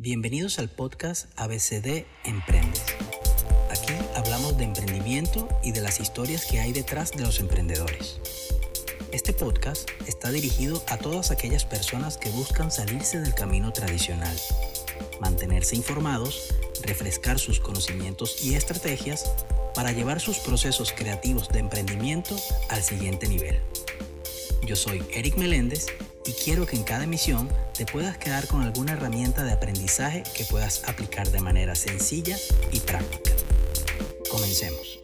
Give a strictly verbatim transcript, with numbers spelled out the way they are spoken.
Bienvenidos al podcast A B C D Emprendes. Aquí hablamos de emprendimiento y de las historias que hay detrás de los emprendedores. Este podcast está dirigido a todas aquellas personas que buscan salirse del camino tradicional, mantenerse informados, refrescar sus conocimientos y estrategias para llevar sus procesos creativos de emprendimiento al siguiente nivel. Yo soy Eric Meléndez y quiero que en cada emisión te puedas quedar con alguna herramienta de aprendizaje que puedas aplicar de manera sencilla y práctica. Comencemos.